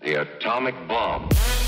The atomic bomb.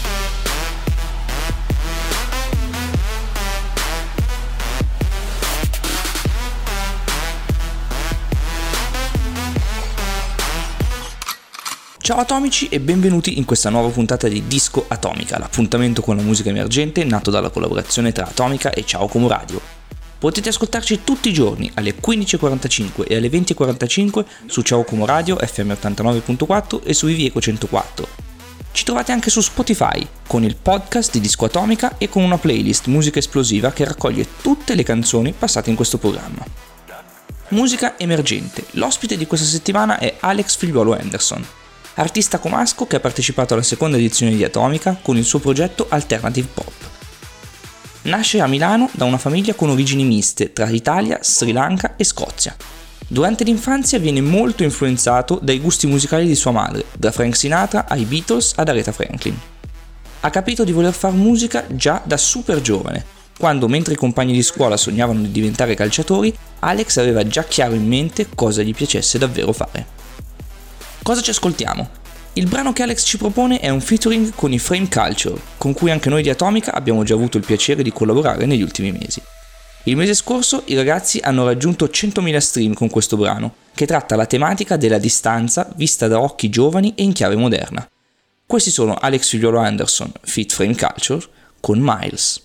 Ciao atomici e benvenuti in questa nuova puntata di Disco Atomica, l'appuntamento con la musica emergente nato dalla collaborazione tra Atomica e Ciao Como Radio. Potete ascoltarci tutti i giorni alle 15.45 e alle 20.45 su Ciao Como Radio FM 89.4 e su Ivieco 104. Ci trovate anche su Spotify con il podcast di Disco Atomica e con una playlist musica esplosiva che raccoglie tutte le canzoni passate in questo programma. Musica emergente. L'ospite di questa settimana è Alex Figliuolo Anderson, artista comasco che ha partecipato alla seconda edizione di Atomica con il suo progetto Alternative Pop. Nasce a Milano da una famiglia con origini miste tra Italia, Sri Lanka e Scozia. Durante l'infanzia viene molto influenzato dai gusti musicali di sua madre, da Frank Sinatra ai Beatles ad Aretha Franklin. Ha capito di voler fare musica già da super giovane, quando mentre i compagni di scuola sognavano di diventare calciatori, Alex aveva già chiaro in mente cosa gli piacesse davvero fare. Cosa ci ascoltiamo? Il brano che Alex ci propone è un featuring con i Frame Culture, con cui anche noi di Atomica abbiamo già avuto il piacere di collaborare negli ultimi mesi. Il mese scorso i ragazzi hanno raggiunto 100.000 stream con questo brano, che tratta la tematica della distanza vista da occhi giovani e in chiave moderna. Questi sono Alex Figliuolo Anderson, feat. Frame Culture, con Miles.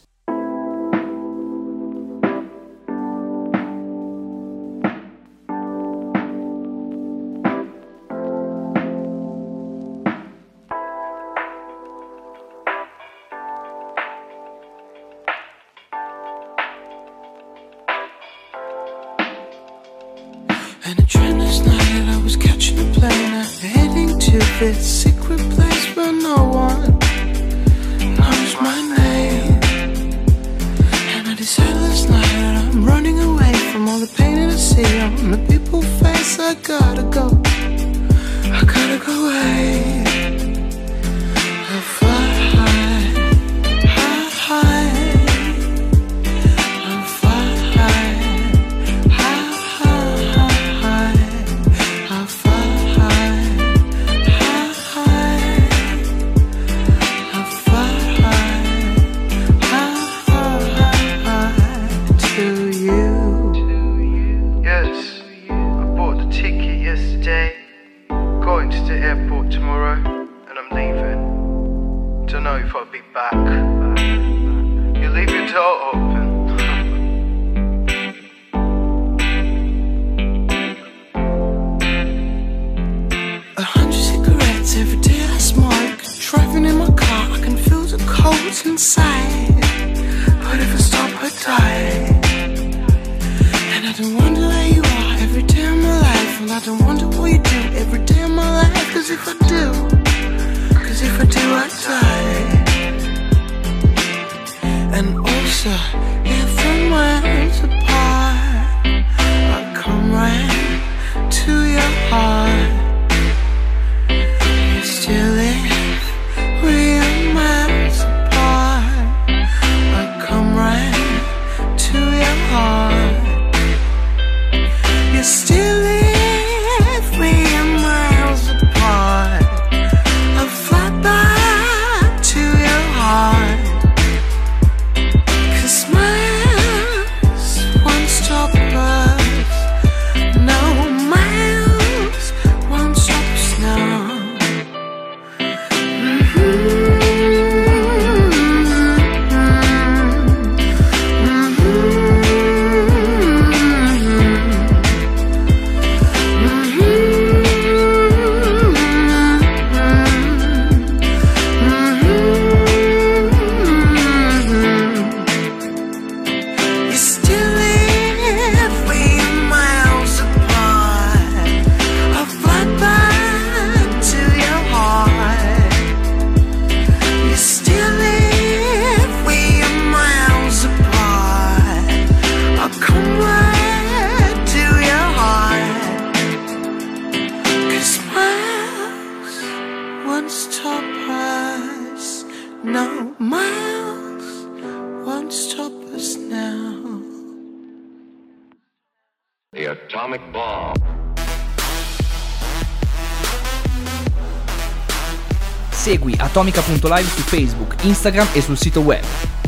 And a tremendous night, I was catching a plane, heading to this secret place where no one knows my name. And I decided last night that I'm running away from all the pain that I see on the people's face. I gotta go away. I'll fly high, high, high. Inside, but if I stop, I die. And I don't wonder where you are every day of my life, and I don't wonder what you do every day of my life. Cause if I do, I die. And also, yeah, from miles apart, I come right to your heart. You still live, we are miles apart. You still live, we are miles apart. I'll fly back to your heart. 'Cause miles won't stop us. No, miles won't stop us now. No, miles won't stop us now. The atomic bomb. Segui atomica.live su Facebook, Instagram e sul sito web.